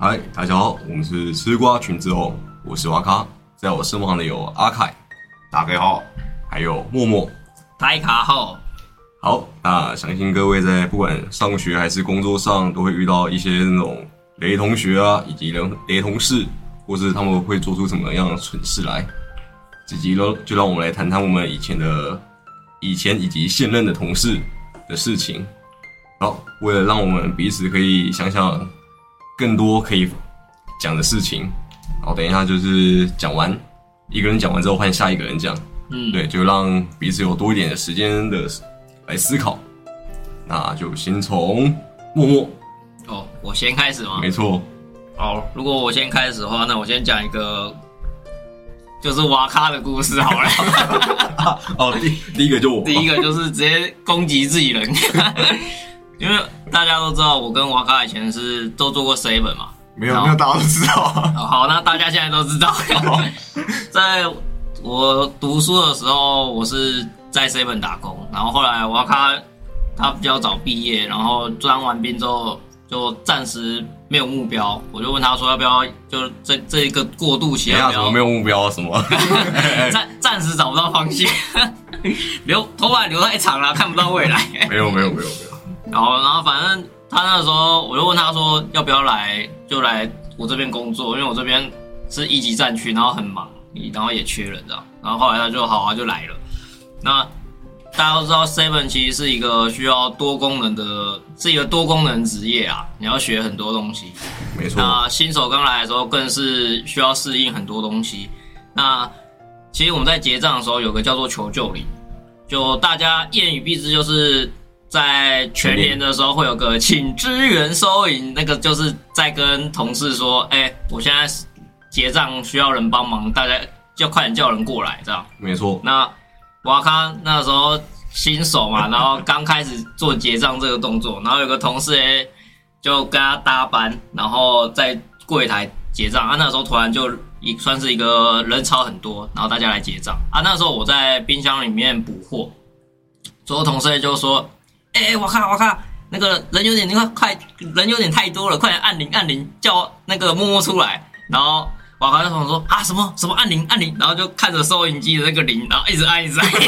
嗨，大家好，我们是吃瓜群之后，我是瓦卡，在我身旁的有阿凯， 大家好， 还有默默， 大家好。 好，那相信各位在不管上学还是工作上，都会遇到一些那种雷同学啊，以及雷同事，或是他们会做出什么样的蠢事来。这集就让我们来谈谈我们以前以及现任的同事的事情。好，为了让我们彼此可以想想更多可以讲的事情，好，等一下就是讲完，一个人讲完之后换下一个人讲，对，就让彼此有多一点的时间的来思考。那就先从默默。 哦，我先开始吗？ 没错。 好，如果我先开始的话，那我先讲一个就是瓦卡的故事好了。 哦，第一个就我。 第一个就是直接攻击自己人。因为大家都知道，我跟瓦卡以前是都做过 7 嘛。 没有，大家都知道。 好，那大家现在都知道。在我读书的时候，我是在 7 打工，然后后来瓦卡他比较早毕业，然后当完兵之后就暂时没有目标，我就问他说要不要就这一个过渡期要不要？ 什么没有目标什么？ 暂时找不到方向，头发留太长了，看不到未来。 没有。 然后反正他那个时候，我就问他说要不要来，就来我这边工作，因为我这边是1级战区，然后很忙，然后也缺人这样。然后后来他就好啊，就来了。那大家都知道 7 其实是一个需要多功能的，是一个多功能职业啊，你要学很多东西。 没错。 那新手刚来的时候更是需要适应很多东西。那其实我们在结账的时候有个叫做求救铃，就大家谚语必知，就是在全年的时候会有个请支援收银，那个就是在跟同事说，我现在结账需要人帮忙，大家就快点叫人过来，这样。 没错。 那瓦卡那时候新手嘛，然后刚开始做结账这个动作，然后有个同事就跟他搭班，然后在柜台结账啊。那时候突然就算是一个人潮很多，然后大家来结账啊。那时候我在冰箱里面补货，所有同事就说：“瓦卡，那个人有点人有点太多了，快点按铃，叫那个默默出来。”然后瓦卡就说：“啊，什么按铃，然后就看着收银机的那个铃，然后一直按。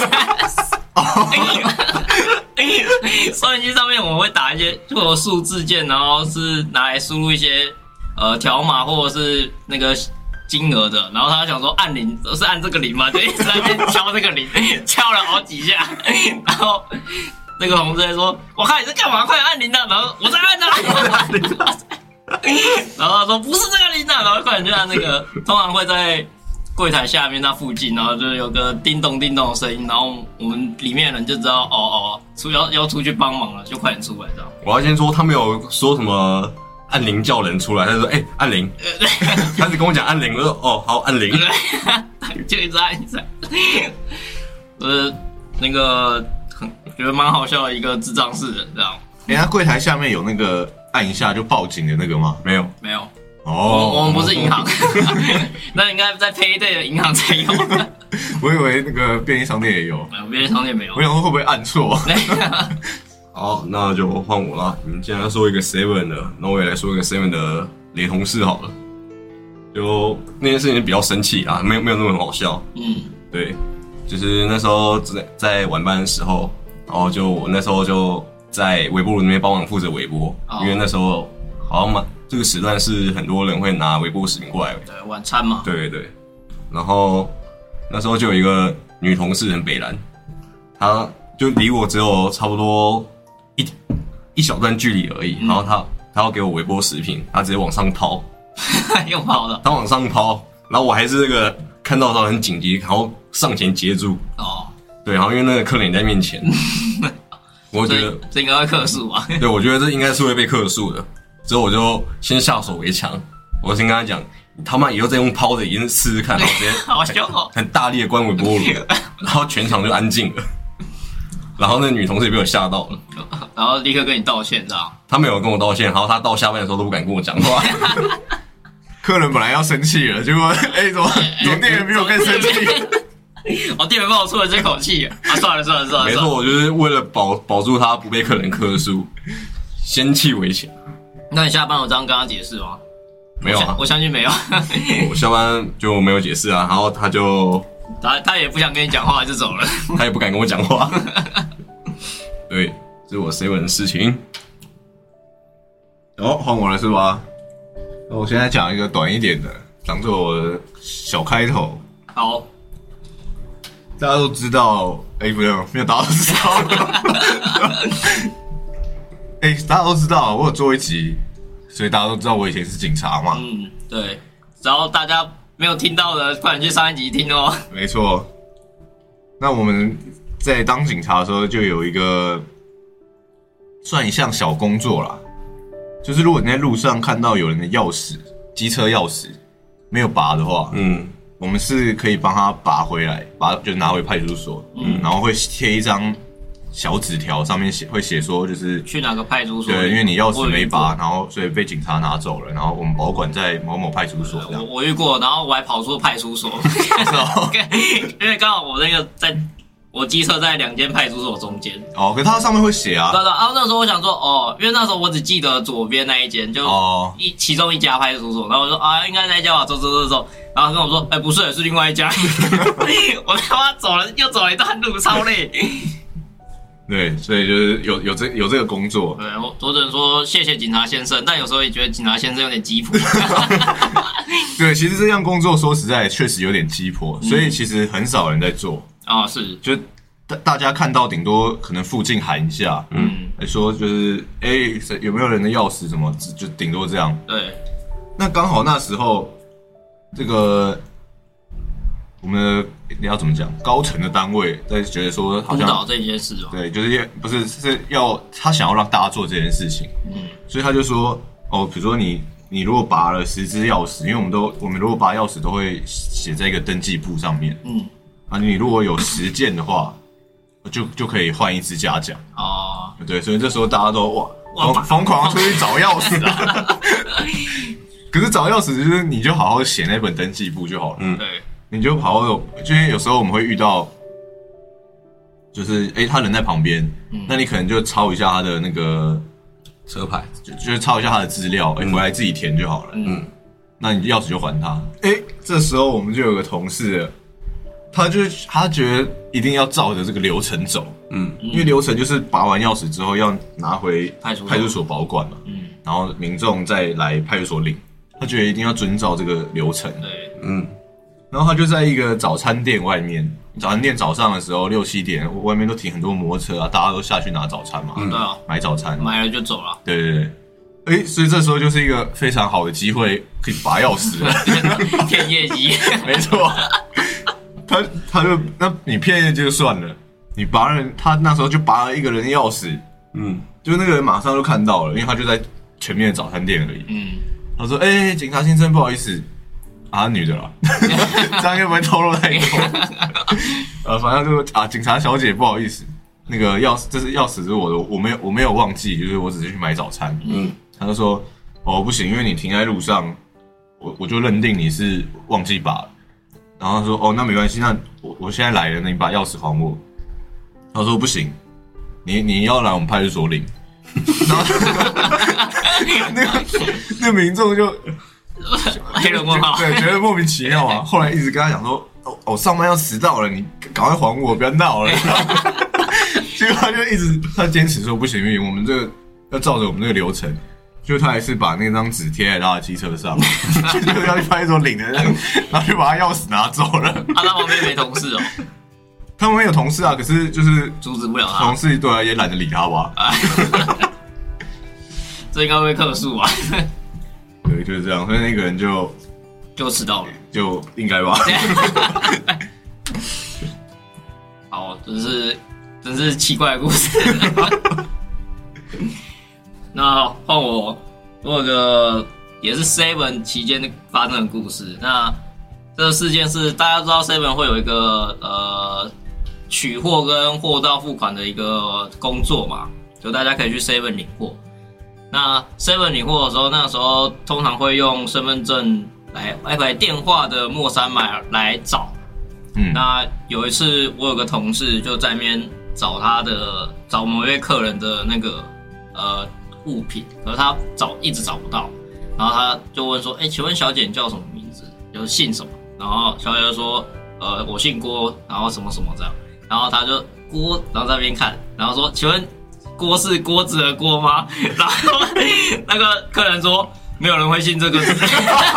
收银机上面我们会打一些就有数字键，然后是拿来输入一些条码或者是那个金额的。然后他想说按铃是按这个铃嘛，就一直在那边敲这个铃，敲了好几下。然后那个同事就说：“我看你在干嘛？快点按铃啊！”然后我在按啊。然后他说不是这个铃啊，然后快点就按那个，通常会在柜台下面那附近，然后就有个叮咚叮咚的声音，然后我们里面的人就知道要出去帮忙了，就快点出来这样。 我要先说他没有说什么按铃叫人出来，他就说按铃，他只跟我讲按铃，我说好按铃， 就一直按。那个觉得蛮好笑的一个智障式的这样。 那柜台下面有那个按一下就报警的那个吗？ 没有。 我们不是银行，那应该在Payday的银行才有。 我以为那个便利商店也有。 便利商店没有。 我想说会不会按错？ 好，那就换我啦。你们既然说一个 7 的，那我也来说一个 7 的雷同事好了。就那件事情比较生气啊，没有那么很好笑。对，就是那时候在晚班的时候，然后我那时候就在微波炉那边帮忙负责微波，因为那时候好像这个时段是很多人会拿微波食品过来， 对，晚餐嘛。 对。然后那时候就有一个女同事很北蓝，她就离我只有差不多一小段距离而已，然后她要给我微波食品，她直接往上抛， 用抛的， 她往上抛，然后我还是那个看到她很紧急，然后上前接住。对，然后因为那个客人也在面前，我觉得这应该会客诉吧？ 对，我觉得这应该是会被客诉的。之后我就先下手为强，我先跟他讲，你他妈以后再用抛的，一定试试看，然后直接好凶哦， 很大力的关微波炉，然后全场就安静了。然后那个女同事也被我吓到了， 然后立刻跟你道歉，这样。 他没有跟我道歉，然后他到下班的时候都不敢跟我讲话。 客人本来要生气了，结果怎么店员比我更生气？ 店员帮我出了这口气啊！算了。 没错，我就是为了保住他不被客人客诉，先气为强。 那你下班有这样跟他解释吗？ 没有啊， 我相信没有。 我下班就没有解释啊，然后他也不想跟你讲话就走了， 他也不敢跟我讲话。对，这是我 7 的事情。 换我了是吧？那我现在讲一个短一点的，当做我的小开头。 好， 大家都知道，没有大家都知道。大家都知道，我有做一集，所以大家都知道我以前是警察嘛。 对。然后大家没有听到的，快点去上一集听哦。 没错。那我们在当警察的时候，就有一个算一项小工作啦，就是如果你在路上看到有人的钥匙，机车钥匙没有拔的话，我们是可以帮他拔回来，就拿回派出所，然后会贴一张小纸条，上面会写说就是去哪个派出所？ 对，因为你钥匙没拔，然后所以被警察拿走了，然后我们保管在某某派出所这样。 我遇过，然后我还跑出派出所，因为刚好我那个我机车在2间派出所中间。 可是它上面会写啊。 对，然后那时候我想说，因为那时候我只记得左边那一间，就其中一家派出所，然后我说应该那一家吧，走，然后跟我说，不是，是另外一家。我他妈又走了一段路，超累。 对，所以就是有这个工作。 对，我只能说谢谢警察先生，但有时候也觉得警察先生有点鸡婆。 对，其实这项工作说实在确实有点鸡婆，所以其实很少人在做。 是， 就大家看到顶多可能附近喊一下，来说就是有没有人的钥匙什么，就顶多这样。 对， 那刚好那时候这个我们的你要怎么讲？高层的单位在觉得说好像督导这件事哦， 对，就是不是他想要让大家做这件事情，所以他就说比如说你如果拔了10支钥匙，因为我们如果拔钥匙都会写在一个登记簿上面，你如果有10件的话，就可以换1支嘉奖。对，所以这时候大家都疯狂出去找钥匙啊。可是找钥匙就是你就好好写那本登记簿就好了。 对， 你就好好的，就是有时候我们会遇到，就是他人在旁边，那你可能就抄一下他的那个车牌， 就是抄一下他的资料，回来自己填就好了。那你钥匙就还他。这时候我们就有个同事了。他觉得一定要照着这个流程走，因为流程就是拔完钥匙之后要拿回派出所保管嘛，然后民众再来派出所领，他觉得一定要遵照这个流程， 对， 然后他就在一个早餐店外面，早餐店早上的时候6、7点，外面都停很多摩托车啊，大家都下去拿早餐嘛， 对啊， 买早餐， 买了就走了， 对，所以这时候就是一个非常好的机会，可以拔钥匙了， 骗业绩， 没错。他就那你骗人就算了，你拔人，他那时候就拔了一个人的钥匙，就那个人马上就看到了，因为他就在前面的早餐店而已，他说：“警察先生，不好意思，女的啦，这样又不会透露太多？反正就警察小姐，不好意思，那个这是钥匙是我的，我没有忘记，就是我只是去买早餐，他就说：不行，因为你停在路上，我就认定你是忘记拔了。”然后他说：“那没关系，那我现在来了，你把钥匙还我。”他说：“不行，你要来我们派出所领。”然后那民众就黑人问号， 对，觉得莫名其妙啊。后来一直跟他讲说：“上班要迟到了，你赶快还我，不要闹了。”结果他坚持说不行，因为我们这个要照着我们这个流程。就他还是把那张纸贴在他的机车上，就要去派出所领的，然后就把他钥匙拿走了。 他旁边没同事哦， 他们有同事啊，可是就是阻止不了他。 同事对啊，也懒得理他吧。 这应该会客诉啊。 对，就是这样，所以那个人就迟到了， 就应该吧。 好，真是奇怪的故事。那换我有个也是 7 期间发生的故事。那这个事件是大家知道 7 会有一个取货跟货到付款的一个工作嘛，就大家可以去 7 领货。那 7 领货的时候，那个时候通常会用身份证来电话的末3码来找。那有一次我有个同事就在那边找某一位客人的那个物品，可是他一直找不到。 然后他就问说：“请问小姐你叫什么名字？就是姓什么？”然后小姐就说：“我姓郭，然后什么什么这样。”然后他就郭，然后在那边看，然后说：“请问郭是锅子的锅吗？”然后那个客人说：“没有人会信这个字。”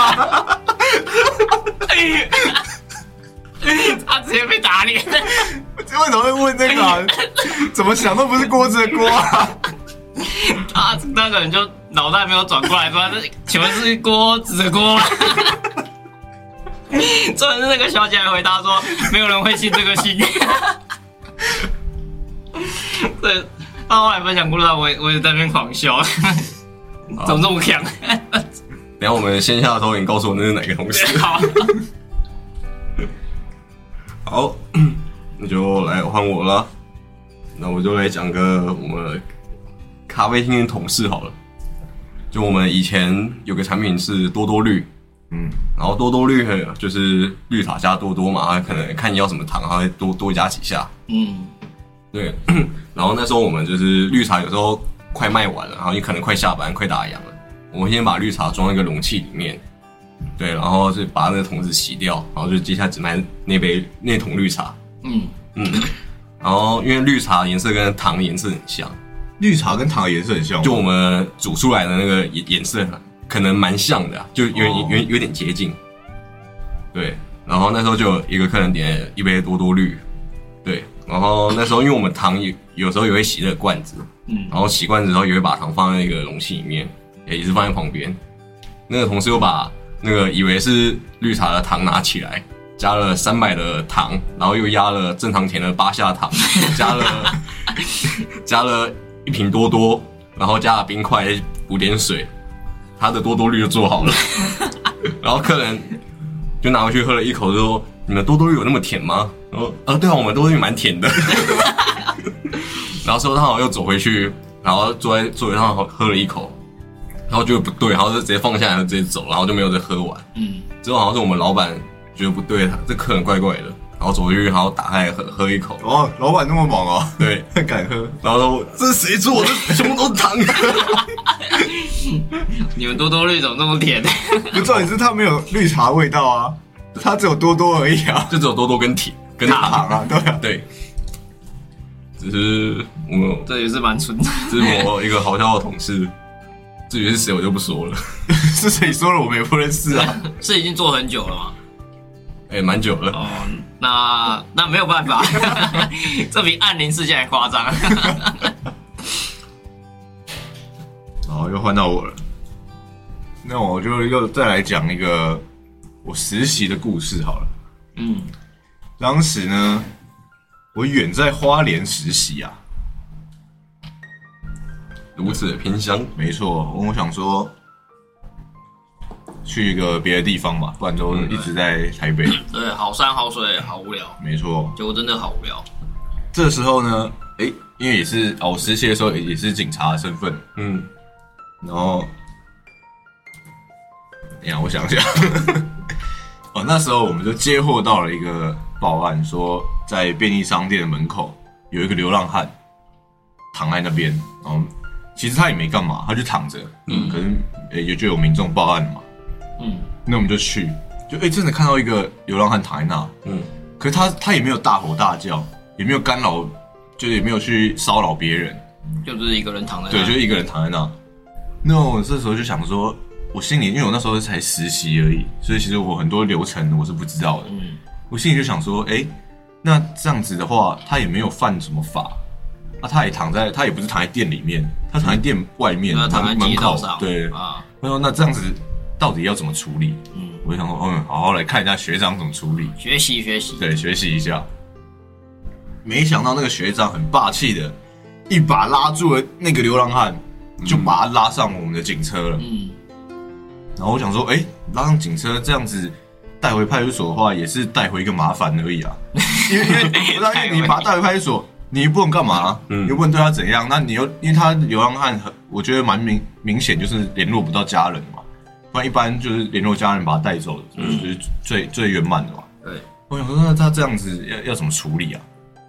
他直接被打脸。 为什么会问这个啊？怎么想都不是锅子的锅啊！ 他那个人就脑袋没有转过来说：“请问是锅子的锅吗？”重点是那个小姐还回答说：“没有人会信这个姓。”对，他后来分享故事，我也在那边狂笑，怎么这么强？ 等一下我们线下投影告诉我那是哪个同事。 好， 好，那就来换我了。那我就来讲个我们咖啡厅的同事好了。就我们以前有个产品是多多绿，然后多多绿就是绿茶加多多嘛，他可能看你要什么糖，他会多加几下。对。然后那时候我们就是绿茶有时候快卖完了，然后你可能快下班快打烊了，我们先把绿茶装在一个容器里面，对，然后就把那个桶子洗掉，然后就接下来只卖那桶绿茶。然后因为绿茶颜色跟糖颜色很像， 绿茶跟糖的颜色很像， 就我们煮出来的那个颜色可能蛮像的，就有点接近。对，然后那时候就有一个客人点一杯多多绿，对，然后那时候因为我们糖有时候也会洗那个罐子，然后洗罐子之后也会把糖放在那个容器里面，也是放在旁边。那个同事又把那个以为是绿茶的糖拿起来，加了300的糖，然后又压了正常甜的8下糖，加了1瓶多多，然后加了冰块，补点水，他的多多绿就做好了。然后客人就拿回去喝了一口，就说：“你们多多绿有那么甜吗？”然后对啊，我们多多绿蛮甜的。然后之后他好像又走回去，然后坐在座位上喝了一口，然后觉得不对，然后就直接放下来，就直接走，然后就没有再喝完。之后好像是我们老板觉得不对，这客人怪怪的，然后走回去，然后打开来喝一口。 哦，老板那么猛哦， 对， 敢喝。 然后说：“这是谁做的？全部都是糖。” 你们多多绿怎么那么甜？ 不，重点是它没有绿茶味道啊，它只有多多而已啊， 就只有多多跟糖啊，对啊， 对。只是我们这也是蛮纯的。 这是我一个好笑的同事，至于是谁我就不说了。 是谁说了我们也不认识啊？ 是已经做很久了吗？ 蛮久了。 哦，那没有办法，这比暗灵事件还夸张。 好，又换到我了。那我就又再来讲一个我实习的故事好了。当时呢，我远在花莲实习啊， 如此的偏乡。 没错，我想说去一个别的地方吧，不然都一直在台北。 对，好山好水好无聊。 没错， 结果真的好无聊。 这时候呢，因为也是我实习的时候也是警察的身份，然后，我想想，那时候我们就接获到了一个报案，说在便利商店的门口有一个流浪汉躺在那边，然后其实他也没干嘛，他就躺着，可能就有民众报案嘛，那我们就去，真的看到一个流浪汉躺在那，可是他也没有大吼大叫，也没有干扰，就也没有去骚扰别人， 就是一个人躺在那， 对，就是一个人躺在那。那我这时候就想说，我心里因为我那时候才实习而已，所以其实我很多流程我是不知道的。我心里就想说，那这样子的话，他也没有犯什么法，他也不是躺在店里面，他躺在店外面， 躺在门口上， 对啊。我说那这样子到底要怎么处理？我就想说，好好来看一下学长怎么处理， 学习， 对，学习一下。没想到那个学长很霸气的，一把拉住了那个流浪汉。就把他拉上我们的警车了。然后我想说，拉上警车这样子带回派出所的话，也是带回一个麻烦而已啊。因为你把他带回派出所，你又不能干嘛？你又不能对他怎样？那你又因为他流浪汉，我觉得蛮明显就是联络不到家人嘛。不然一般就是联络家人把他带走，就是最圆满的嘛。 对， 我想说，那他这样子要怎么处理啊？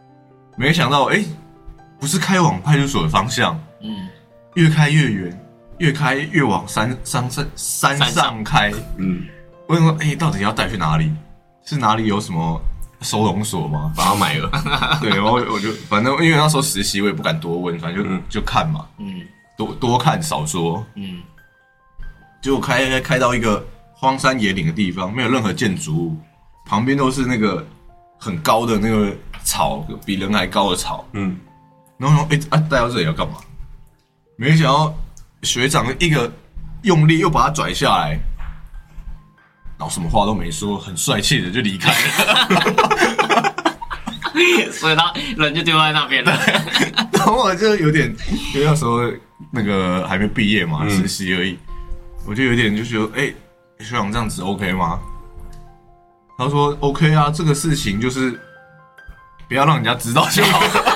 没想到，不是开往派出所的方向。越开越远， 越开越往山上开。我想说，到底要带去哪里？是哪里有什么收容所吗？ 把它买了。 对，然后我就反正因为那时候实习，我也不敢多问，反正就看嘛。多看少说。结果开到一个荒山野岭的地方，没有任何建筑物，旁边都是那个很高的那个草，比人还高的草。然后带到这里要干嘛？没想到学长一个用力又把他拽下来，然后什么话都没说，很帅气的就离开了。 所以他人就丢在那边了。 然后我就有点，因为那时候那个还没毕业嘛，实习而已，我就有点就觉得，学长这样子 OK 吗？他说 OK 啊，这个事情就是不要让人家知道就好了。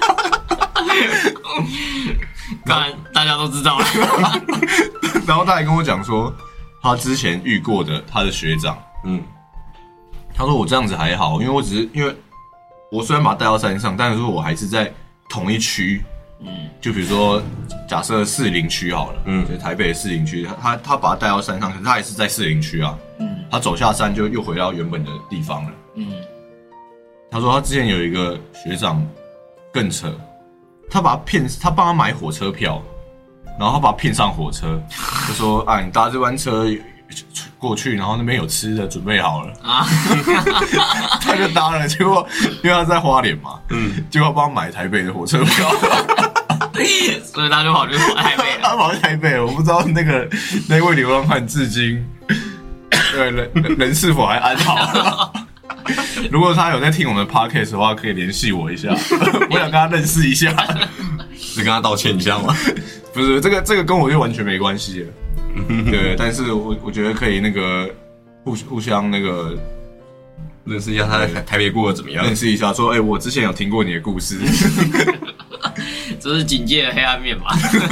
当然大家都知道了。 然后他还跟我讲说，他之前遇过的他的学长，他说我这样子还好，因为我虽然把他带到山上，但是说我还是在同一区，就比如说假设士林区好了，就是台北的士林区，他把他带到山上，可是他还是在士林区啊，他走下山就又回到原本的地方了，他说他之前有一个学长更扯，他帮他买火车票，然后他把他骗上火车，就说你搭这班车过去，然后那边有吃的准备好了啊，他就搭了，结果因为他在花莲嘛，结果帮他买台北的火车票， 所以他就跑去台北了。 他跑去台北了，我不知道那位流浪汉至今对人是否还安好。如果他有在听我们的 podcast 的话，可以联系我一下，我想跟他认识一下， 是跟他道歉一下吗？ 不是，这个跟我就完全没关系了。对，但是我觉得可以那个互相那个认识一下他在台北过得怎么样， 认识一下说，我之前有听过你的故事， 这是警戒的黑暗面吧？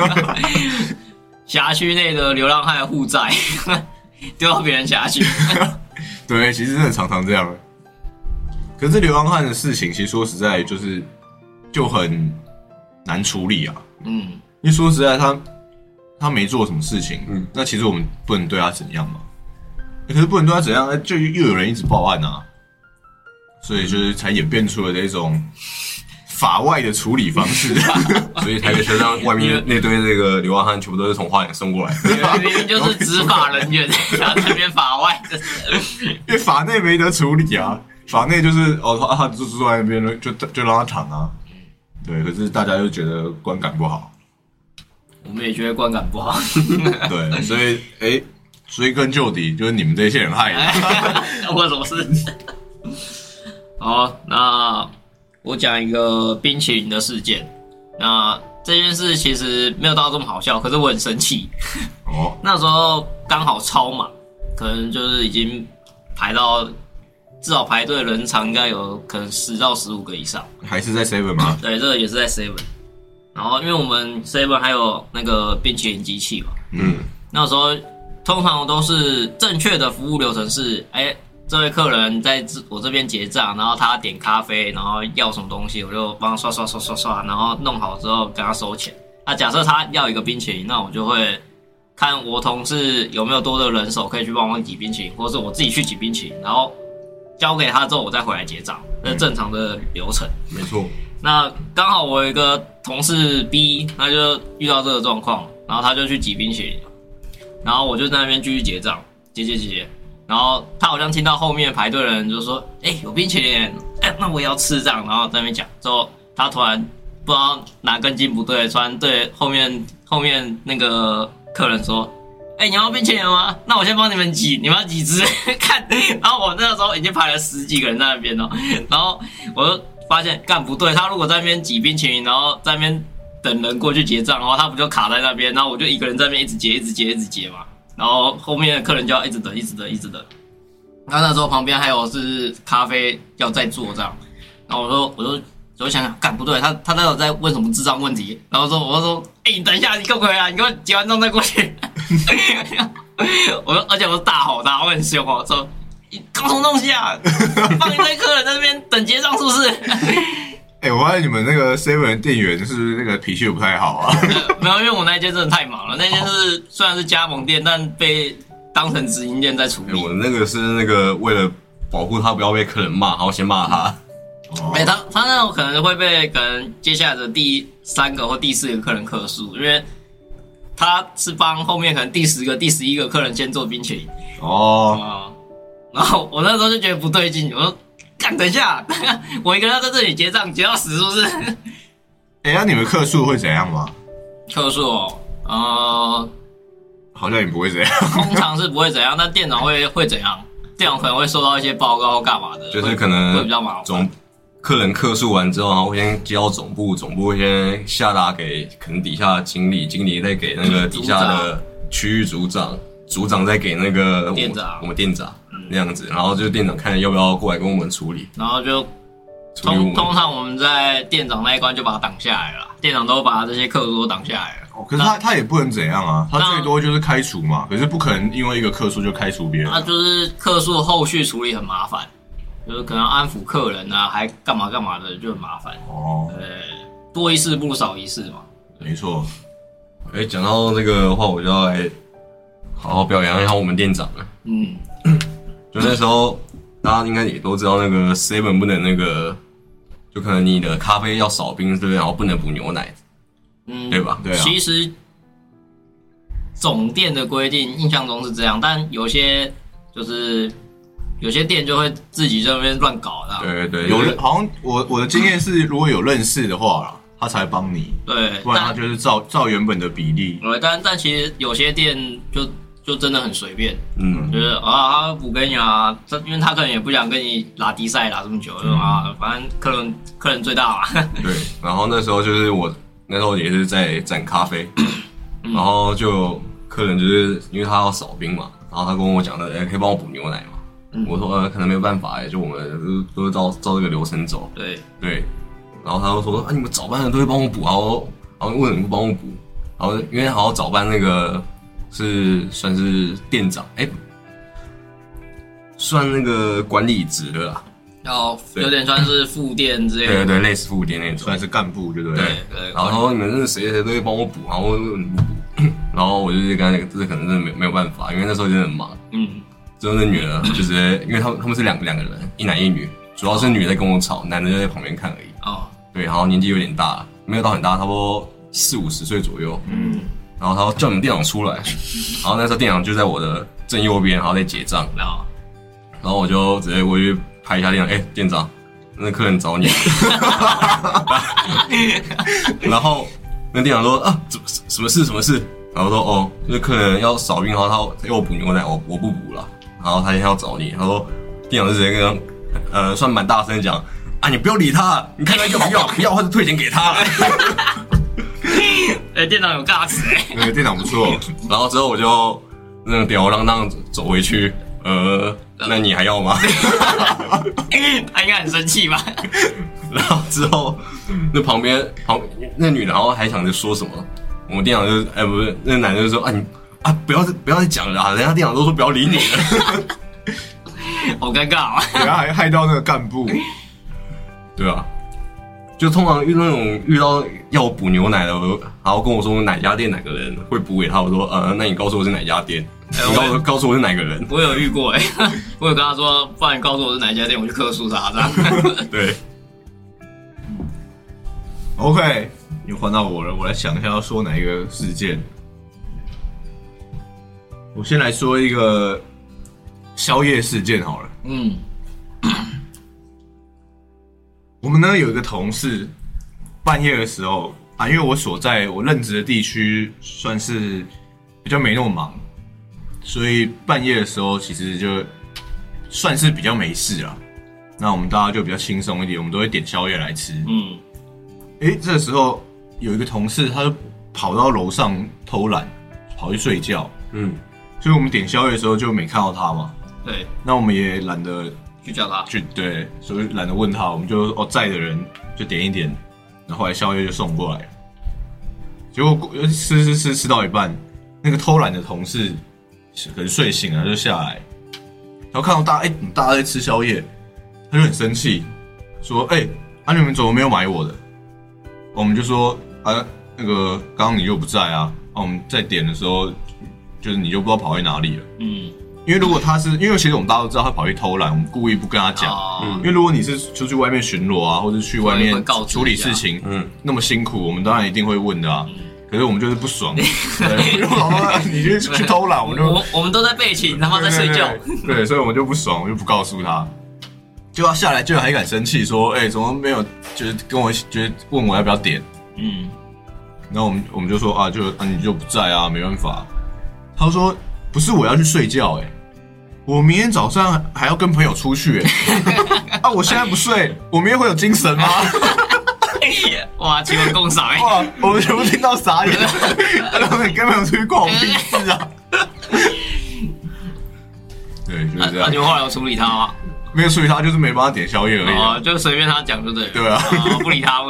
辖区内的流浪汉互债，丢到别人辖区。 对，其实真的常常这样。可是流浪汉的事情，其实说实在就很难处理啊。因为说实在他没做什么事情，那其实我们不能对他怎样嘛。可是不能对他怎样，就又有人一直报案啊，所以就是才演变出了这种法外的处理方式。 所以台北车站外面那堆这个流浪汉全部都是从花莲送过来的， 明明就是执法人员，然后这边法外的， 因为法内没得处理啊。法内就是他就坐在那边了，就让他躺啊。对，可是大家就觉得观感不好， 我们也觉得观感不好。 对，所以追根究底，就是你们这些人害的。 我什么事？好，那我讲一个冰淇淋的事件。那这件事其实没有到这么好笑，可是我很生气。那时候刚好超忙，可能就是已经排到。至少排队人潮应该有可能10到15个以上， 还是在 Seven 吗？ 对，这个也是在 Seven。然后因为我们 Seven 还有那个冰淇淋机器嘛，那时候通常都是正确的服务流程是，这位客人在我这边结账，然后他点咖啡，然后要什么东西，我就帮他刷，然后弄好之后跟他收钱。那假设他要一个冰淇淋，那我就会看我同事有没有多的人手可以去帮忙挤冰淇淋，或是我自己去挤冰淇淋，然后交给他之后，我再回来结账，这是正常的流程。 没错。 那刚好我有一个同事 B， 他就遇到这个状况，然后他就去挤冰淇淋，然后我就在那边继续结账，结。然后他好像听到后面排队的人就说：“有冰淇淋，那我也要吃这样。”然后在那边讲之后，他突然不知道哪根筋不对，突然对后面那个客人说。你要冰淇淋吗？那我先帮你们挤，你们要几只？看，然后我那个时候已经排了10几个人在那边了，然后我就发现干不对，他如果在那边挤冰淇淋，然后在那边等人过去结账，然后他不就卡在那边，然后我就一个人在那边一直结嘛，然后后面的客人就要一直等。然后那时候旁边还有是咖啡要再做这样，然后我就想干不对，他那有在问什么智障问题，然后我说你等一下，你可不可以啊？你给我结完账再过去。而且我是大吼他，我很凶哦，说你搞什么东西啊？放一堆客人在那边等结账是不是？ 我发现你们那个 Seven 的店员是不是那个脾气不太好啊？ 没有，因为我那间真的太忙了，那间是虽然是加盟店，但被当成直营店在处理。 我那个是那个为了保护他不要被客人骂，然后先骂他。 他那种可能会被接下来的第3个或第4个客人客诉，因为他是帮后面可能第10个、第11个客人先做冰淇淋。然后我那时候就觉得不对劲，我说干，等一下，我一个人要在这里结账，结到死是不是？ 那你们客诉会怎样吗？ 客诉好像也不会怎样， 通常是不会怎样，但店长会怎样？店长可能会收到一些报告或干嘛的， 就是可能会比较麻烦。 客人客诉完之后，然后会先接到总部，总部会先下达给可能底下的经理，经理再给那个底下的区域组长，组长再给那个店长， 我们店长那样子，然后就店长看要不要过来跟我们处理， 然后就通常我们在店长那一关就把他挡下来了，店长都把这些客诉都挡下来了。 可是他也不能怎样啊，他最多就是开除嘛，可是不可能因为一个客诉就开除别人。 那就是客诉后续处理很麻烦。就是可能安抚客人啊，还干嘛的，就很麻烦。多一事不如少一事嘛。 没错。 讲到这个的话，我就要来好好表扬一下我们店长了。就那时候大家应该也都知道，那个 Seven 不能那个，就可能你的咖啡要少冰，对不对？然后不能补牛奶，对吧？对啊。 其实总店的规定印象中是这样，但有些店就会自己在那边乱搞的。 对，好像我的经验是，如果有认识的话啦，他才帮你。对，不然他就是照原本的比例。 对，但其实有些店就真的很随便。就是他补给你啊，因为他可能也不想跟你拉低赛拉这么久，反正客人最大嘛。 对，然后那时候就是我那时候也是在展咖啡，然后就客人就是因为他要少冰嘛，然后他跟我讲的，可以帮我补牛奶嘛。我说可能没有办法就我们都照这个流程走。对，然后他就说你们早班的都会帮我补，然后为什么不帮我补？然后因为好像早班那个算是店长，算那个管理职的啦。 有点算是副店之类的。 对，类似副店那种， 算是干部，对不对？ 对。然后他说你们真的谁都会帮我补，然后你不补，然后我就跟他讲，这可能真的没有办法，因为那时候真的很忙。之后那女的就直接，因为他们是两个人，一男一女，主要是女的在跟我吵，男的就在旁边看而已。对，然后年纪有点大，没有到很大，差不多40-50岁左右。然后他说叫你们店长出来，然后那时候店长就在我的正右边，然后在结账。然后我就直接过去拍一下店长，店长，那客人找你。然后那店长说什么事？然后说就是客人要少冰，然后他要我补牛奶，我不补了。然后他现在要找你，他说店长就直接跟算蛮大声讲你不要理他，你看他要不要，不要或者退钱给他。 店长有尬词那个店长不错。 然后之后我就那个吊儿郎当走回去，那你还要吗？ 他应该很生气吧。 然后之后那旁边那女的然后还想着说什么，我们店长就不是那个男的就说不要再讲了人家店长都说不要理你了。 好尴尬啊！ 对啊，还害到那个干部。 对啊，就通常遇到要我补牛奶的，然后跟我说哪家店哪个人会补给他，我说那你告诉我是哪家店，你告诉我是哪个人。 我有遇过我有跟他说，不然你告诉我是哪一家店，我去客诉他这样。 对。 OK， 又换到我了，我来想一下要说哪一个事件。我先来说一个宵夜事件好了。我们呢有一个同事，半夜的时候因为我任职的地区算是比较没那么忙，所以半夜的时候其实就算是比较没事啦。那我们大家就比较轻松一点，我们都会点宵夜来吃。这个时候有一个同事，他就跑到楼上偷懒，跑去睡觉。所以我们点宵夜的时候就没看到他嘛。 对。那我们也懒得去叫他。 对，所以懒得问他，我们就在的人就点一点，然后后来宵夜就送过来了。结果吃到一半，那个偷懒的同事可能睡醒了就下来，然后看到大家在吃宵夜，他就很生气，说你们怎么没有买我的？我们就说那个刚刚你又不在啊，我们在点的时候，就是你就不知道跑去哪里了。因为如果因为其实我们大家都知道他跑去偷懒，我们故意不跟他讲。因为如果你是出去外面巡逻啊，或者去外面处理事情，那么辛苦，我们当然一定会问的啊。可是我们就是不爽，对，如果你去偷懒， 我们都在备勤，他妈在睡觉。 对，所以我们就不爽，我就不告诉他。就要下来，就还敢生气说，怎么没有？就是跟我就是问我要不要点。然后我们就说你就不在啊，没办法。他说不是我要去睡觉我明天早上还要跟朋友出去我现在不睡，我明天会有精神吗？ 哇，奇闻共赏哇，我们全部听到傻眼。你跟朋友出去关我屁事啊！对，就是这样。 你们后来有处理他吗？ 没有处理他，就是没帮他点宵夜而已。就随便他讲就对了。 对啊， 不理他。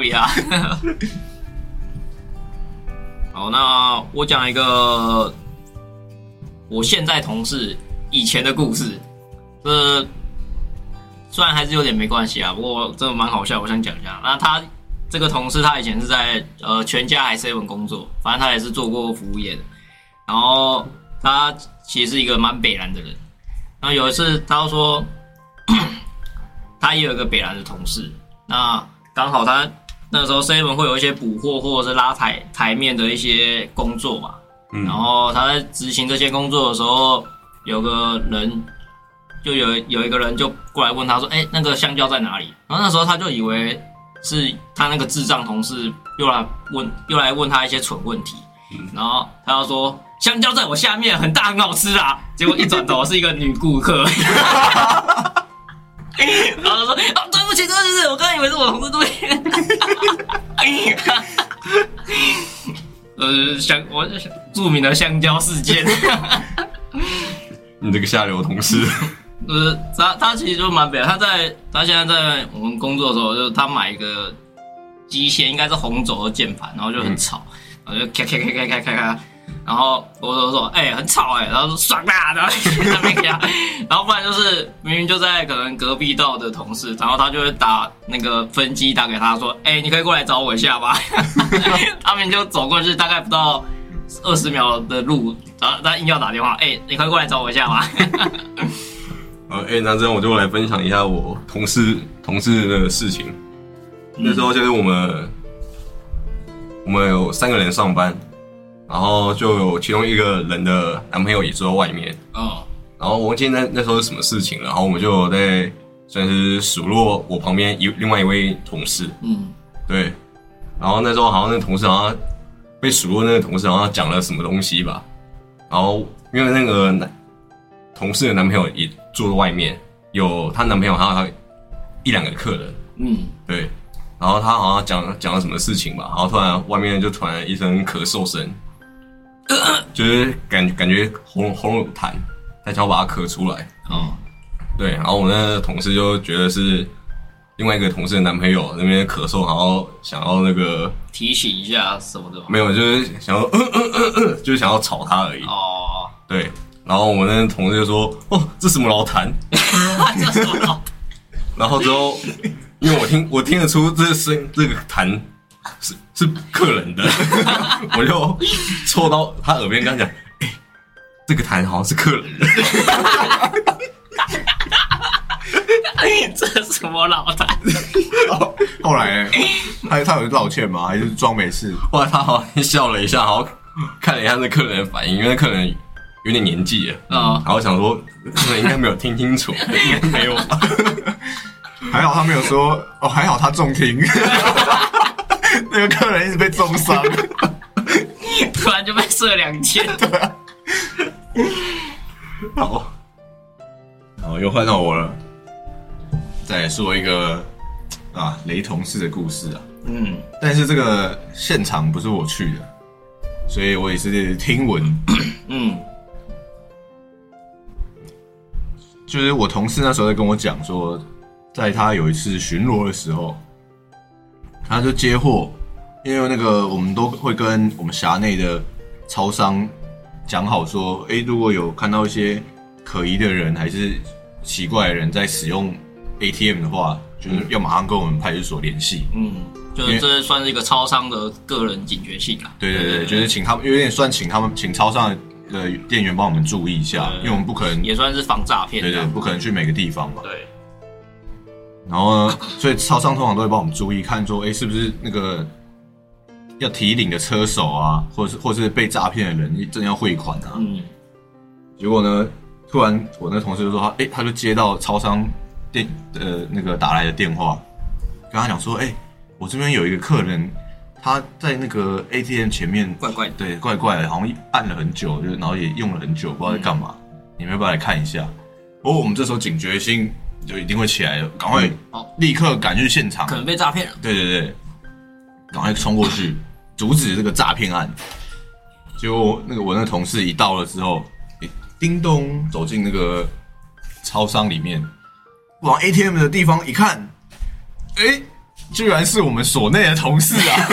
好，那我讲一个我现在同事以前的故事。虽然还是有点没关系啊，不过真的蛮好笑，我想讲一下。那他这个同事，他以前是在全家还 7 工作，反正他也是做过服务业的。然后他其实是一个蛮北蓝的人。然后有一次，他就说他也有一个北蓝的同事，那刚好他那时候 7 会有一些补货或者是拉台面的一些工作嘛。然后他在执行这些工作的时候，有个人就有一个人就过来问他说：“那个香蕉在哪里？”然后那时候他就以为是他那个智障同事又来问他一些蠢问题，然后他就说：“香蕉在我下面，很大很好吃啊！”结果一转头是一个女顾客，然后他说：“对不起，我刚才以为是我同事，对。”我著名的香蕉事件。 你这个下流同事。 他其实就蛮北的，他现在在我们工作的时候，就是他买一个机械，应该是红轴的键盘，然后就很吵，然后就咔，然后我就说很吵然后说爽啦，然后那边咔，然后不然就是明明就在可能隔壁道的同事，然后他就会打那个分机打给他说，你可以过来找我一下吗？他们就走过去，大概不到20秒的路，然后他硬要打电话，你可以过来找我一下吗？ 那这样我就来分享一下我同事的事情。那时候就是我们有3个人上班，然后就有其中一个人的男朋友也坐在外面。然后我忘记那时候是什么事情了，然后我们就有在算是数落我旁边另外一位同事。对。然后那时候好像那个同事好像被数落，那个同事好像讲了什么东西吧。然后因为那个同事的男朋友也坐在外面，有她男朋友还有1-2个客人。对。然后他好像讲了什么事情吧，然后突然外面就传来一声咳嗽声，就是感觉喉咙有痰，他想要把它咳出来。对，然后我那个同事就觉得是另外一个同事的男朋友那边咳嗽，然后想要那个提醒一下什么的吗？ 没有，就是想要就是想要吵他而已。对，然后我们那个同事就说：“这什么老痰？” 这什么老痰？ 然后之后。因为我听得出这个痰是客人的，我就凑到他耳边跟他讲：“这个痰好像是客人的。” 这什么老痰？ 后来他有道歉吗？还是装没事？ 后来他好像笑了一下，好像看了一下那客人的反应，因为那客人有点年纪了，然后想说客人应该没有听清楚，应该没有吧。 还好他没有说还好他中听，那个客人一直被重伤， 突然就被射2000。 对啊。好，又换到我了，再来说一个雷同事的故事啊。但是这个现场不是我去的，所以我也是听闻。就是我同事那时候在跟我讲说。在他有一次巡逻的时候，他就接货，因为那个我们都会跟我们辖内的超商讲好说，如果有看到一些可疑的人还是奇怪的人在使用 ATM 的话， 就是要马上跟我们派出所联系。 就是这算是一个超商的个人警觉性啊。 对，就是请他们有点算请超商的店员帮我们注意一下，因为我们不可能也算是防诈骗。 对，不可能去每个地方嘛。 对。 然后呢，所以超商通常都会帮我们注意，看说，是不是那个要提领的车手啊，或是被诈骗的人正要汇款啊。结果呢，突然我那同事就说他就接到超商店那个打来的电话，跟他讲说，我这边有一个客人，他在那个 ATM 前面怪怪的， 对，怪怪的，好像按了很久，然后也用了很久，不知道在干嘛。你们要不要来看一下？我们这时候警觉心就一定会起来了，赶快立刻赶去现场， 可能被诈骗了。 对，赶快冲过去阻止这个诈骗案。结果我那个同事一到了之后，叮咚走进那个超商里面，往 ATM 的地方一看，居然是我们所内的同事啊！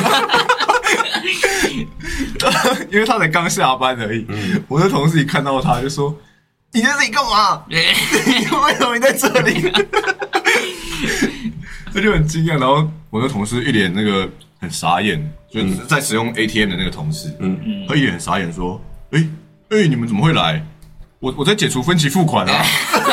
因为他才刚下班而已。我的同事一看到他就说：“你在这里干嘛？为什么你在这里？”他就很惊讶，然后我的同事一脸那个很傻眼，就是在使用 ATM 的那个同事，他一脸很傻眼说：“你们怎么会来？我在解除分期付款啊！”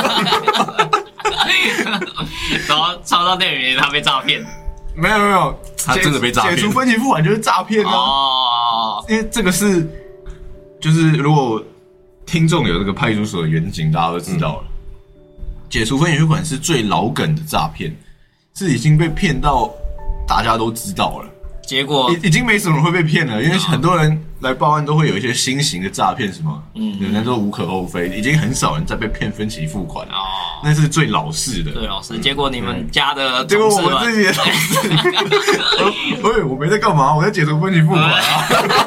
然后超商店员他被诈骗。 没有， 他真的被诈骗。 解除分期付款就是诈骗啊！因为这个就是如果听众有这个派出所的远景，大家都知道了。解除分期付款是最老梗的诈骗，是已经被骗到大家都知道了。 结果已经没什么人会被骗了，因为很多人来报案都会有一些新型的诈骗，什么人都无可厚非，已经很少人在被骗分期付款那是最老式的。 最老式。结果你们家的结果我们自己的同事，我没在干嘛，我在解除分期付款啊！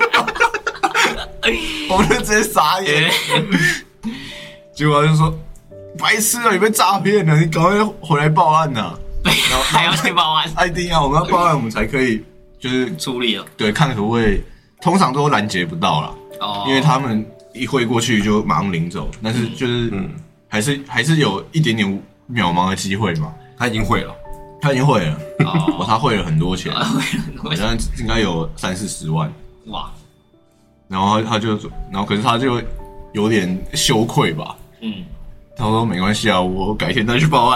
我们就直接傻眼。结果他就说：“白痴啊，你被诈骗了，你赶快回来报案啊！” 然后还要去报案？ 一定要，我们要报案，我们才可以。就是处理了， 对，看可不可以，通常都拦截不到啦，因为他们一汇过去就马上领走，但是就是还是有一点点渺茫的机会嘛。 他已经汇了， 他汇了很多钱，好像应该有30-40万， 哇！ 然后可是他就有点羞愧吧，他说没关系啊，我改天再去报案。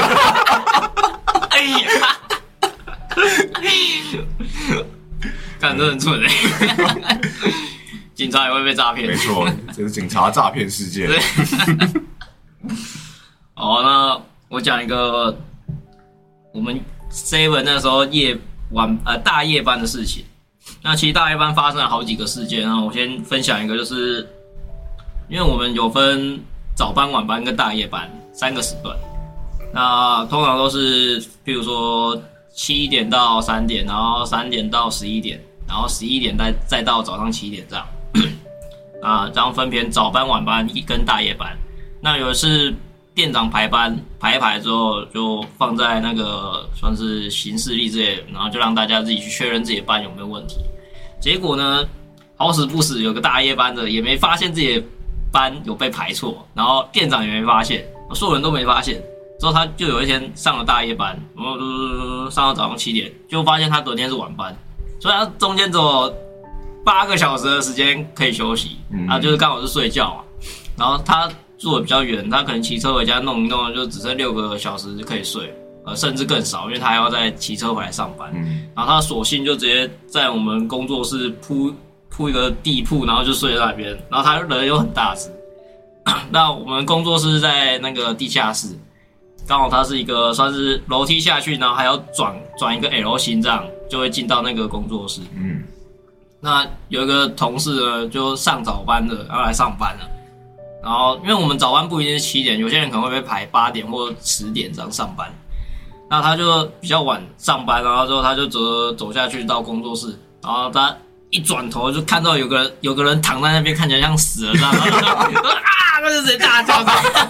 干这很蠢警察也会被诈骗。 没错，这是警察诈骗事件。 那我讲一个我们 Seven 那时候大夜班的事情。那其实大夜班发生了好几个事件，我先分享一个，就是因为我们有分早班、晚班跟大夜班3个时段，那通常都是譬如说7点到3点，然后3点到11点，然后11点再到早上7点这样。这样分别早班、晚班跟大夜班。那有的是店长排班排一排之后，就放在那个算是行事历之类的，然后就让大家自己去确认自己的班有没有问题。结果呢，好死不死有个大夜班的也没发现自己的班有被排错，然后店长也没发现，所有人都没发现。之后他就有一天上了大夜班，然后上到早上7点，就发现他昨天是晚班，所以他中间只有8个小时的时间可以休息，就是刚好是睡觉嘛。然后他住的比较远，他可能骑车回家弄一弄，就只剩6个小时可以睡，甚至更少，因为他还要再骑车回来上班。然后他索性就直接在我们工作室铺一个地铺，然后就睡在那边。然后他人又很大只，那我们工作室在那个地下室。刚好它是一个算是楼梯下去，然后还要转一个 L 型，这样就会进到那个工作室。那有一个同事呢，就上早班的，要来上班了。然后因为我们早班不一定是7点，有些人可能会被排8点或10点这样上班。那他就比较晚上班，然后之后他就走下去到工作室，然后他一转头就看到有个人躺在那边，看起来像死了这样，然后那是谁大叫的？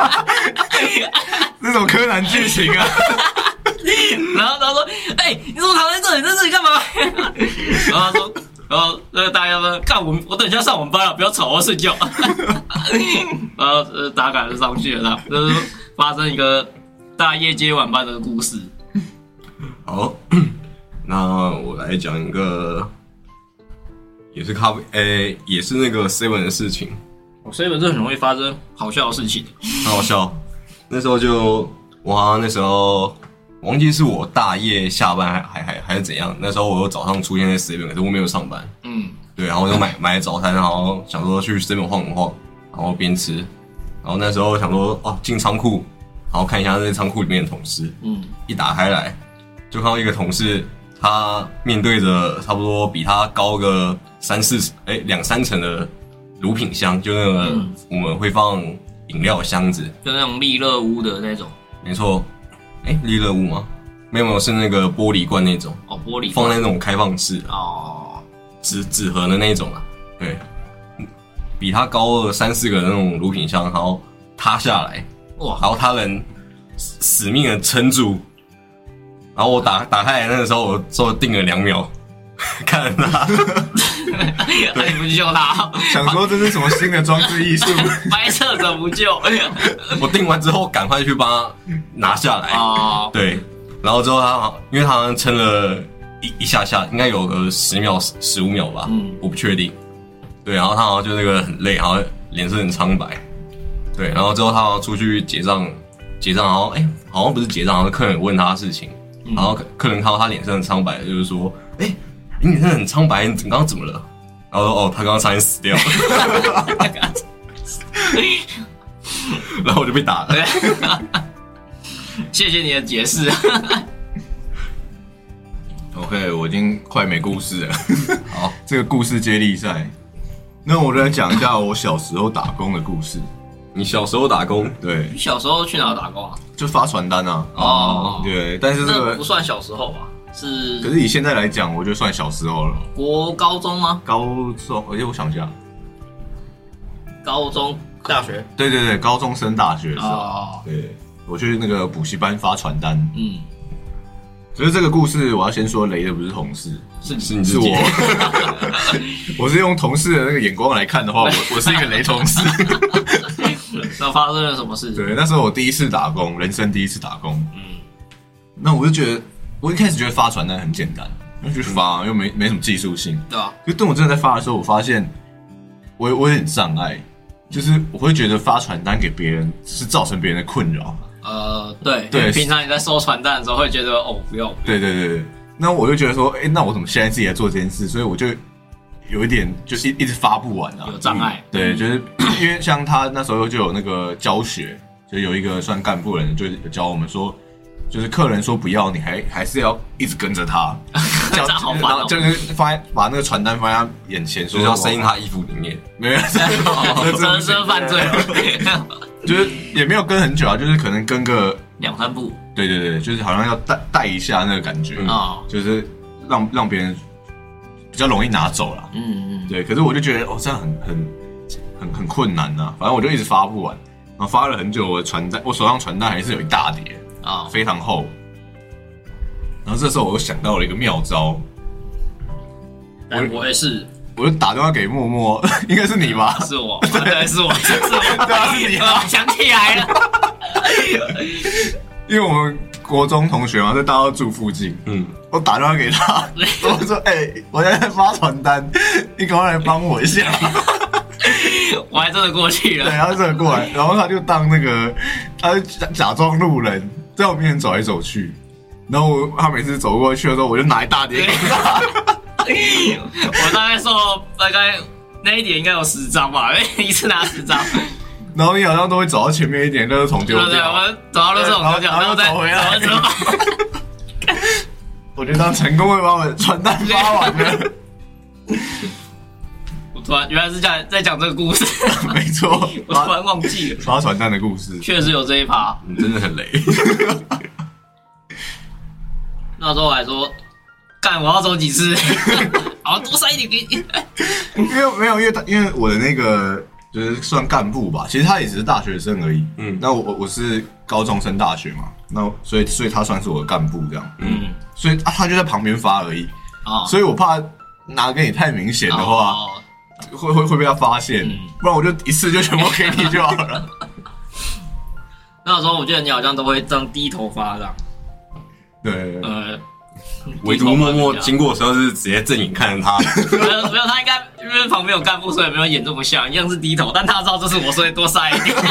那种柯南剧情啊！ 然后他说：“你怎么躺在这里？在这里干嘛？”然后那个大家说：“看我等一下上晚班了，不要吵，我要睡觉。”然后大家赶着上去了，就是发生一个大夜接晚班的故事。 好，那我来讲一个，也是也是那个 Seven 的事情。 7这很容易发生好笑的事情， 很好笑。那时候我好像那时候忘记是我大夜下班还是怎样。那时候我又早上出现在 Seven， 可是我没有上班。对，然后我就买了早餐，然后想说去 Seven 晃一晃，然后边吃。然后那时候想说进仓库，然后看一下在仓库里面的同事。一打开来，就看到一个同事，他面对着差不多比他高个2-3层的乳品箱，就那个我们会放饮料箱子， 就那种利乐屋的那种。 没错，利乐屋吗？没有，是那个玻璃罐那种。 玻璃罐放在那种开放式纸盒的那种啊。对，比他高了3-4个那种乳品箱，然后塌下来，哇！然后他人死命的撑住，然后我打开来那个时候，我就定了2秒。看着他， 你不救他， 想说这是什么新的装置艺术？ 白色者不救。 我定完之后，赶快去帮他拿下来。对，然后之后因为他好像撑了一下，应该有个10秒、15秒吧，我不确定。对，然后他好像就那个很累，然后脸色很苍白。对，然后之后他好像出去结账，然后好像不是结账，好像客人有问他的事情，然后客人看到他脸色很苍白，就是说，你脸色很苍白，你刚刚怎么了？然后说他刚刚差点死掉。然后我就被打了。 谢谢你的解释。 OK， 我已经快没故事了。好，这个故事接力赛，那我来讲一下我小时候打工的故事。 你小时候打工？ 对。 你小时候去哪打工啊？ 就发传单啊。对，但是这个不算小时候吧？是。 可是以现在来讲，我就算小时候了。 高中吗？ 高中，我想一下。 高中、大学？ 对，高中升大学的时候。对，我去那个补习班发传单。可是这个故事我要先说，雷的不是同事， 是你自己。 我是用同事的那个眼光来看的话，我是一个雷同事。 那发生了什么事？ 对，那时候我第一次打工，人生第一次打工。那我就觉得，我一开始觉得发传单很简单，就发又没什么技术性。 对啊。 就等我真的在发的时候，我发现我有点障碍，就是我会觉得发传单给别人是造成别人的困扰。 对，平常你在收传单的时候会觉得不用。 对，那我就觉得说，那我怎么现在自己来做这件事？所以我就有一点就是一直发不完啊， 有障碍。 对，就是因为像他那时候就有那个教学，就有一个算干部人就教我们说，就是客人说不要，你还是要一直跟着他， 这样好烦哦。 就是把那个传单放在他眼前，说要塞进他衣服里面， 没有， 人身犯罪。 就是也没有跟很久啊，就是可能跟个 2-3步。 对，就是好像要带一下那个感觉就是让别人比较容易拿走啦。对。可是我就觉得这样很困难啊，反正我就一直发不完，然后发了很久，我手上传单还是有一大叠非常厚。然后这时候我又想到了一个妙招， 我也是。 我就打电话给默默，应该是你吧？ 是我，对，是我， 对啊，是你啊！ 想起来了， 因为我们国中同学嘛，在大道住附近。我打电话给他，我说：“我现在发传单，你赶快来帮我一下。” 我还真的过去了， 对，他真的过来，然后他就当那个，他就假装路人，在我面前走来走去，然后他每次走过去的时候，我就拿一大叠给他。 我大概那一叠应该有10张吧，一次拿10张。 然后你好像都会走到前面一点，垃圾桶丢掉。对， 我们走到垃圾桶丢掉， 然后再走回来。我觉得他成功会把我的传单发完了。 我突然原来是在讲这个故事， 没错， 我突然忘记了发传单的故事， 确实有这一趴， 你真的很雷。 那时候我还说。干，我要走几次？好，多塞一点给你。 因为我的那个就是算干部吧，其实他也只是大学生而已。那我是高中升大学嘛，那所以他算是我的干部这样。所以他就在旁边发而已。所以我怕拿给你太明显的话，会被他发现，不然我就一次就全部给你就好了。 那时候我记得你好像都会这样低头发这样。 对。 唯独默默经过的时候是直接正眼看着他。 没有，他应该因为旁边有干部，所以没有演这么像，一样是低头，但他知道这是我，所以多塞一点。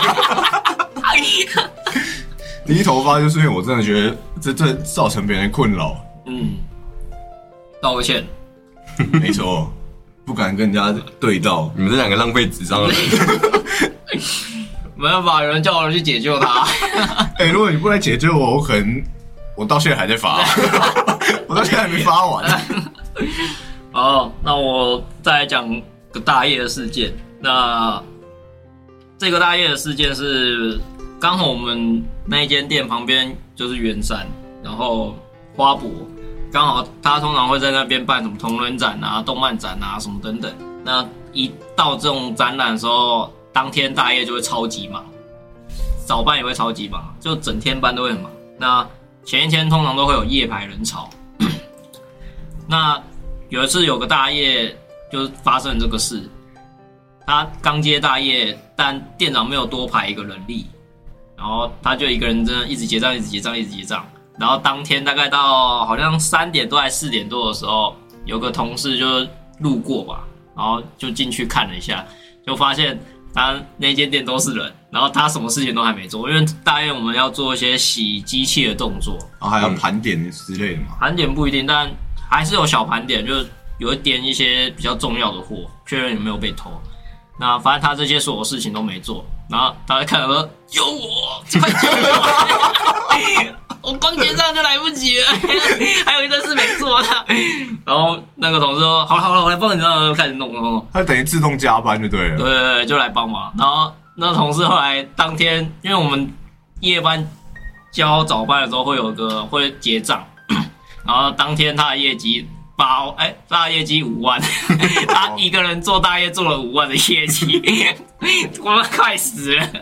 低头发就是因为我真的觉得这造成别人困扰。 道个歉。 没错，不敢跟人家对到。 你们这两个浪费纸张的人。 没办法，有人叫我去解救他。 如果你不来解救我，我到现在还在发，我到现在还没发完。 好，那我再来讲个大业的事件。那这个大业的事件是刚好我们那一间店旁边就是圆山，然后花博，刚好他通常会在那边办什么同人展啊、动漫展啊什么等等。那一到这种展览的时候，当天大夜就会超级忙，早班也会超级忙，就整天班都会很忙。那前一天通常都会有夜排人潮。那有一次有个大夜就发生了这个事，他刚接大夜，但店长没有多排一个人力，然后他就一个人真的一直结账，一直结账，一直结账。然后当天大概到好像3点多还4点多的时候，有个同事就路过吧，然后就进去看了一下，就发现他那间店都是人，然后他什么事情都还没做，因为大约我们要做一些洗机器的动作， 然后还要盘点之类的嘛。 盘点不一定，但还是有小盘点，就是有一点一些比较重要的货，确认有没有被偷。那反正他这些所有事情都没做，然后他就看到说：“救我，快救我！我光结账就来不及了，还有一件事没做呢。”然后那个同事说：“好了，我来帮你。”然后开始弄。 他等于自动加班就对了。 对，就来帮忙。然后那个同事后来当天，因为我们夜班交早班的时候会结账，然后当天他的业绩大业绩5万，他一个人做大业做了5万的业绩，我们快死了。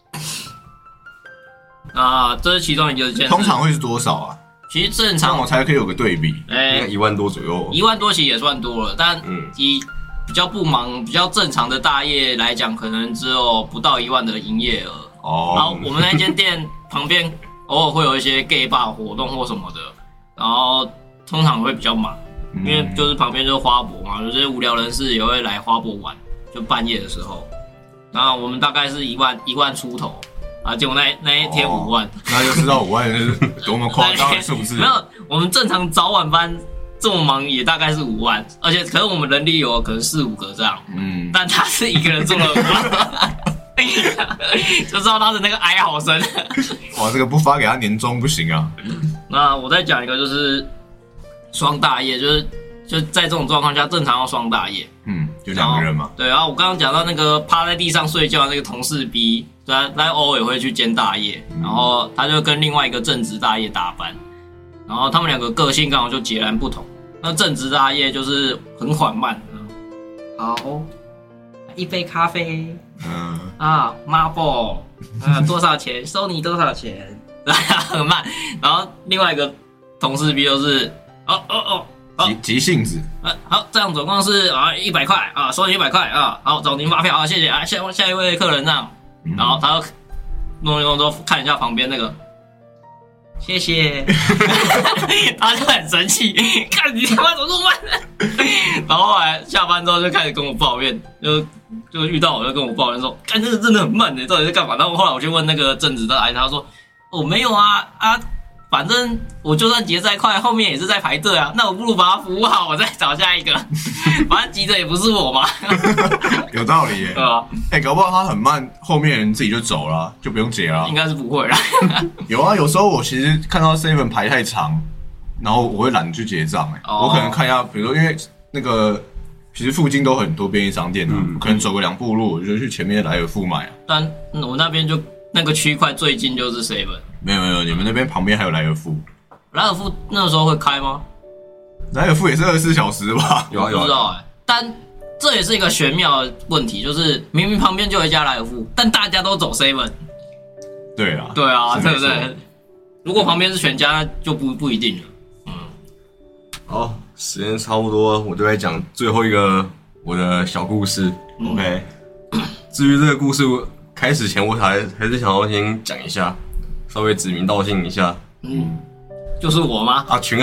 这是其中一件事。 通常会是多少啊？ 其实正常我才可以有个对比。 应该1万多左右。 1万多其实也算多了，但以比较不忙、比较正常的大业来讲，可能只有不到1万的营业额。然后我们那间店旁边偶尔会有一些 gay bar 活动或什么的，然后通常会比较忙。因为就是旁边就是花博嘛，有些无聊人士也会来花博玩，就半夜的时候。然后我们大概是1万出头啊，结果那一天5万， 那就知道5万是多么夸张的数字。 没有，我们正常早晚班这么忙也大概是5万，而且可能我们人力有可能4-5个这样，但他是一个人做了5万。就知道他的那个哀嚎声。 哇，这个不发给他年终不行啊。 那我再讲一个，就是双大夜，就在这种状况下，正常要双大夜。 就2个人嘛。 对，然后我刚刚讲到那个趴在地上睡觉的那个同事 B， 他偶尔也会去兼大夜，然后他就跟另外一个正职大夜搭班，然后他们两个个性刚好就截然不同。那正职大夜就是很缓慢，好，一杯咖啡，Marble，多少钱？收你多少钱？很慢。然后另外一个同事 B 就是急性子。 好，这样总共是100块啊，收你100块啊，好，找您发票啊，谢谢啊，下一位客人这样。然后他就弄一弄之后看一下旁边那个，谢谢，他就很生气，看你他妈怎么这么慢。然后后来下班之后就开始跟我抱怨，就遇到我就跟我抱怨说，看这个真的很慢到底在干嘛？然后后来我就问那个正职的阿姨，他说，没有啊，反正我就算结再快，后面也是在排队啊，那我不如把它服务好，我再找下一个，反正急着也不是我嘛。 有道理耶。 对啊。 搞不好他很慢，后面人自己就走了，就不用结了。 应该是不会啦。 有啊，有时候我其实看到 7 排太长，然后我会懒得去结账。我可能看一下，比如说因为那个其实附近都很多便利商店可能走个2步路，我就去前面莱尔富买。 但我那边就那个区块最近就是 7。 没有，你们那边旁边还有莱尔富。 莱尔富那个时候会开吗？ 莱尔富也是24小时吧？ 有啊， 不知道但这也是一个玄妙的问题，就是明明旁边就有一家莱尔富，但大家都走 7。 对啊， 对啊，对不对？如果旁边是全家，就不一定了。 好，时间差不多，我就来讲最后一个我的小故事。OK， 至于这个故事开始前，我还是想要先讲一下，稍微指名道姓一下。 就是我吗？ 群啊，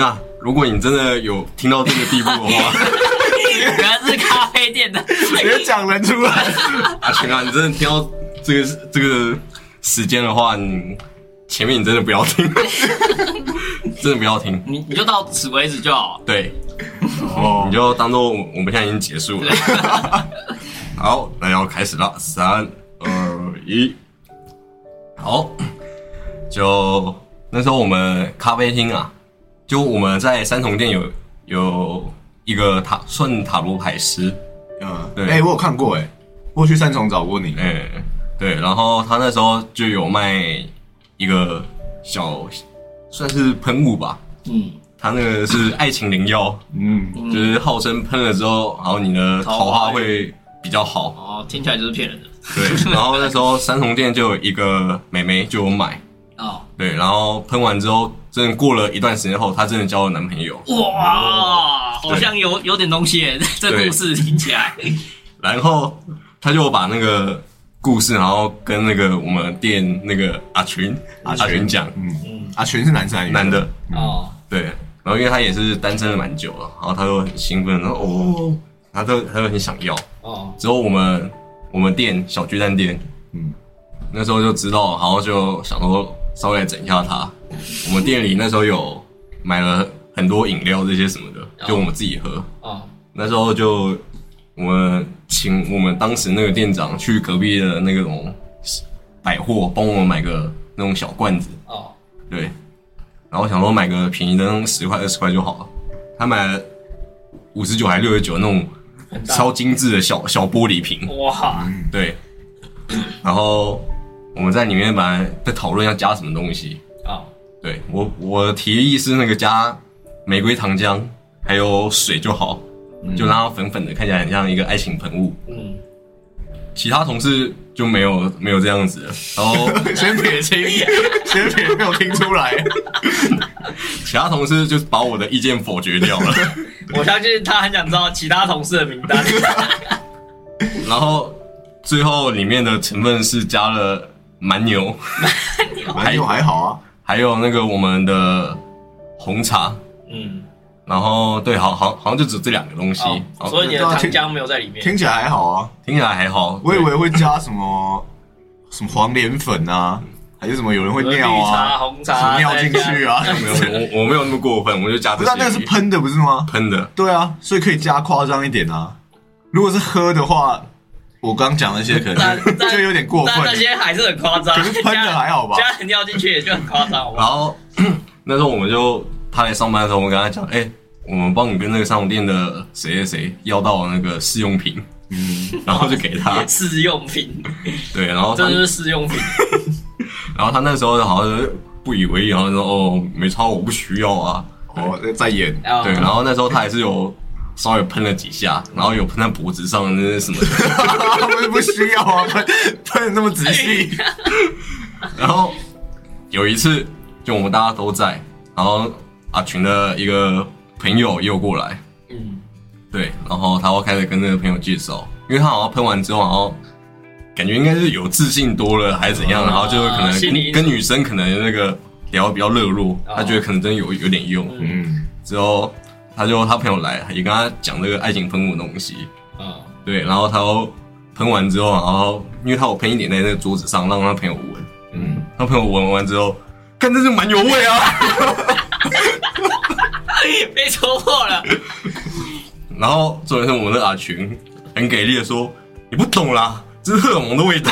如果你真的有听到这个地步的话， 原来是咖啡店的， 直接讲人出来。 阿群啊，你真的听到这个时间的话，你前面你真的不要听，真的不要听， 你就到此为止就好。 对，你就当做我们现在已经结束了。好，那要开始了，3、2、1，好，就那时候我们咖啡厅啊，就我们在三重店有一个算塔罗牌师， 对，我有看过，我有去三重找过你， 对，然后他那时候就有卖一个算是喷雾吧，他那个是爱情灵药，就是号称喷了之后，然后你的桃花会比较好。 哦，听起来就是骗人的。 对，然后那时候三重店就有一个妹妹就有买，对，然后喷完之后，真的过了一段时间后，她真的交了男朋友。 哇，好像有点东西耶，这故事听起来。 然后他就把那个故事，然后跟那个我们店那个阿群讲， 阿群是男生还是女生？ 男的，对，然后因为他也是单身了蛮久了，然后他就很兴奋，然后他就很想要，之后我们店小巨蛋店，那时候就知道，然后就想说稍微整一下他。我们店里那时候有买了很多饮料这些什么的，就我们自己喝。那时候就我们请我们当时那个店长去隔壁的那种百货帮我们买个那种小罐子。对，然后想说买个便宜的那种10块20块就好了。他买了59还69那种超精致的小玻璃瓶。 哇， 对。然后我们在里面本来在讨论要加什么东西。对，我的提议是那个加玫瑰糖浆还有水就好，就让它粉粉的，看起来很像一个爱情喷雾。其他同事就没有这样子的，然后先撇清，没有听出来。 其他同事就把我的意见否决掉了。 我相信他很想知道其他同事的名单。 然后最后里面的成分是加了蛮牛还好啊， 还有那个我们的红茶，然后对，好像就只这2个东西， 所以你的糖浆没有在里面。 听起来还好啊， 听起来还好。 我以为会加什么黄连粉啊，还是什么有人会尿啊， 绿茶、红茶尿进去啊？ 没有，我没有那么过分，我就加这些。 不是，那个是喷的不是吗？ 喷的， 对啊，所以可以加夸张一点啊。如果是喝的话，我刚讲那些可能就有点过分， 但那些还是很夸张。 可是喷的还好吧？ 加尿进去也就很夸张。 然后那时候我们他来上班的时候，我跟他讲，我们帮你跟那个三重店的谁要到那个试用品，然后就给他试用品。 对，然后这就是试用品。 然后他那时候好像不以为意，然后说没差，我不需要啊。 在演。 对，然后那时候他还是有稍微喷了几下，然后有喷在脖子上那些什么的。 不需要啊，喷得那么仔细。 然后有一次，就我们大家都在，然后阿群的一个朋友也有过来，对，然后他会开始跟那个朋友介绍，因为他好像喷完之后，然后感觉应该是有自信多了还是怎样，然后就可能跟女生可能那个聊比较热络，他觉得可能真的有点用，之后他朋友来也跟他讲这个爱情喷雾的东西，对，然后他喷完之后，然后因为他有喷一点在那个桌子上，让他朋友闻，他朋友闻完之后，看这是蛮有味啊。 被戳破了。 然后重点是我们的阿群很给力的说：“你不懂啦，这是荷尔蒙的味道。”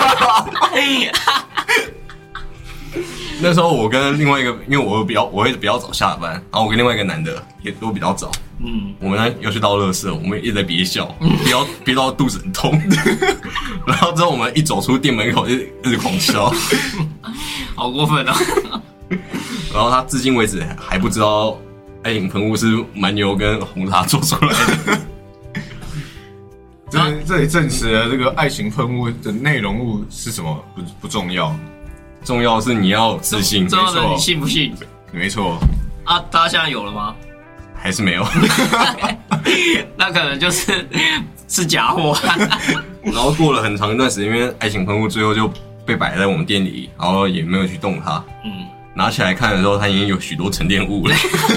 那时候我跟另外一个，因为我会比较早下班，然后我跟另外一个男的也都比较早，我们呢要去倒垃圾，我们一直在憋笑，憋到肚子很痛。然后之后我们一走出店门口就一直狂笑， 好过分啊！ 然后他至今为止还不知道爱情喷雾是蛮牛跟红茶做出来的。 这里证实了这个爱情喷雾的内容物是什么不重要， 重要是你要有自信。 重要的你信不信？ 没错。 啊，他现在有了吗？ 还是没有。 那可能是假货。 然后过了很长一段时间，因为爱情喷雾最后就被摆在我们店里，然后也没有去动它。 拿起来看的时候，它已经有许多沉淀物了，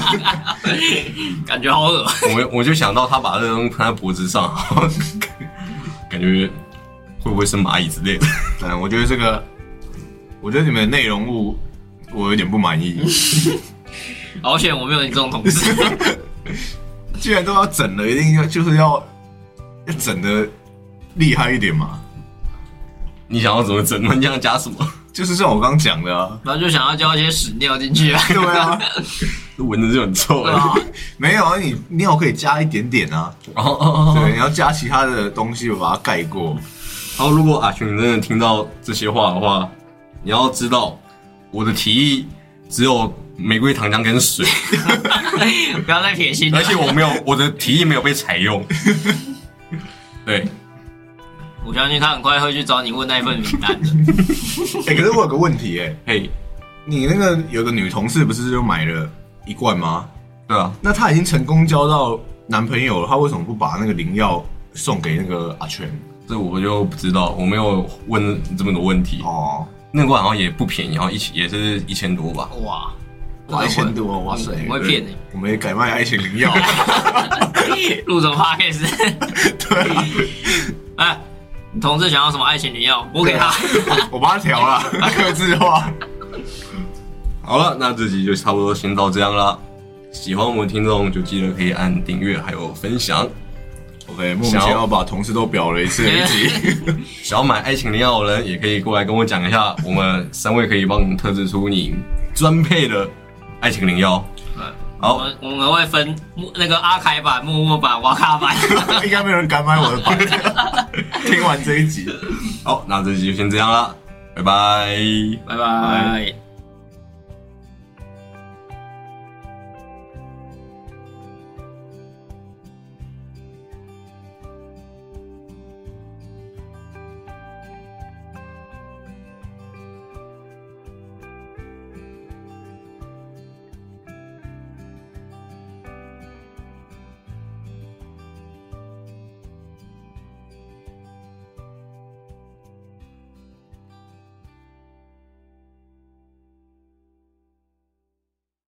感觉好恶。 我就想到他把这个东西喷在脖子上，感觉会不会是蚂蚁之类的？ 但我觉得你们的内容物我有点不满意。 好险我没有你这种同事。 既然都要整了，一定要整的厉害一点嘛。 你想要怎么整？你想加什么？ 就是像我刚刚讲的啊， 然后就想要浇一些屎尿进去啊。 对啊， 闻着就很臭对啊， 没有啊，你尿可以加一点点啊。对，你要加其他的东西把它盖过。 然后如果阿群真的听到这些话的话，你要知道我的提议只有玫瑰糖浆跟水， 不要再撇清了。 而且我的提议没有被采用。对， 我相信他很快会去找你问那一份名单的。 可是我有个问题嘿， 你那个有个女同事不是就买了1罐吗？ 对啊， 那她已经成功交到男朋友了，她为什么不把那个灵药送给那个阿全？ 这我就不知道，我没有问这么多问题。 哦， 那罐好像也不便宜，然后也是1000多吧。 哇 ，1000多，哇塞！ 我会骗你。 我们也改卖爱情灵药。 录什么 podcast？ 对啊， 哎，你同事想要什么爱情灵药，我给他。 我帮他调了，客制化。 好了，那这集就差不多先到这样啦。喜欢我们的听众就记得可以按订阅还有分享。 OK， 莫名其妙把同事都表了一次一集。 想要买爱情灵药的人也可以过来跟我讲一下，我们3位可以帮你特制出你专配的爱情灵药。好， 我们会分那个阿凯版、默默版、瓦卡版。 应该没有人敢买我的版。听完这一集， 好，那这集就先这样啦，拜拜， 拜拜。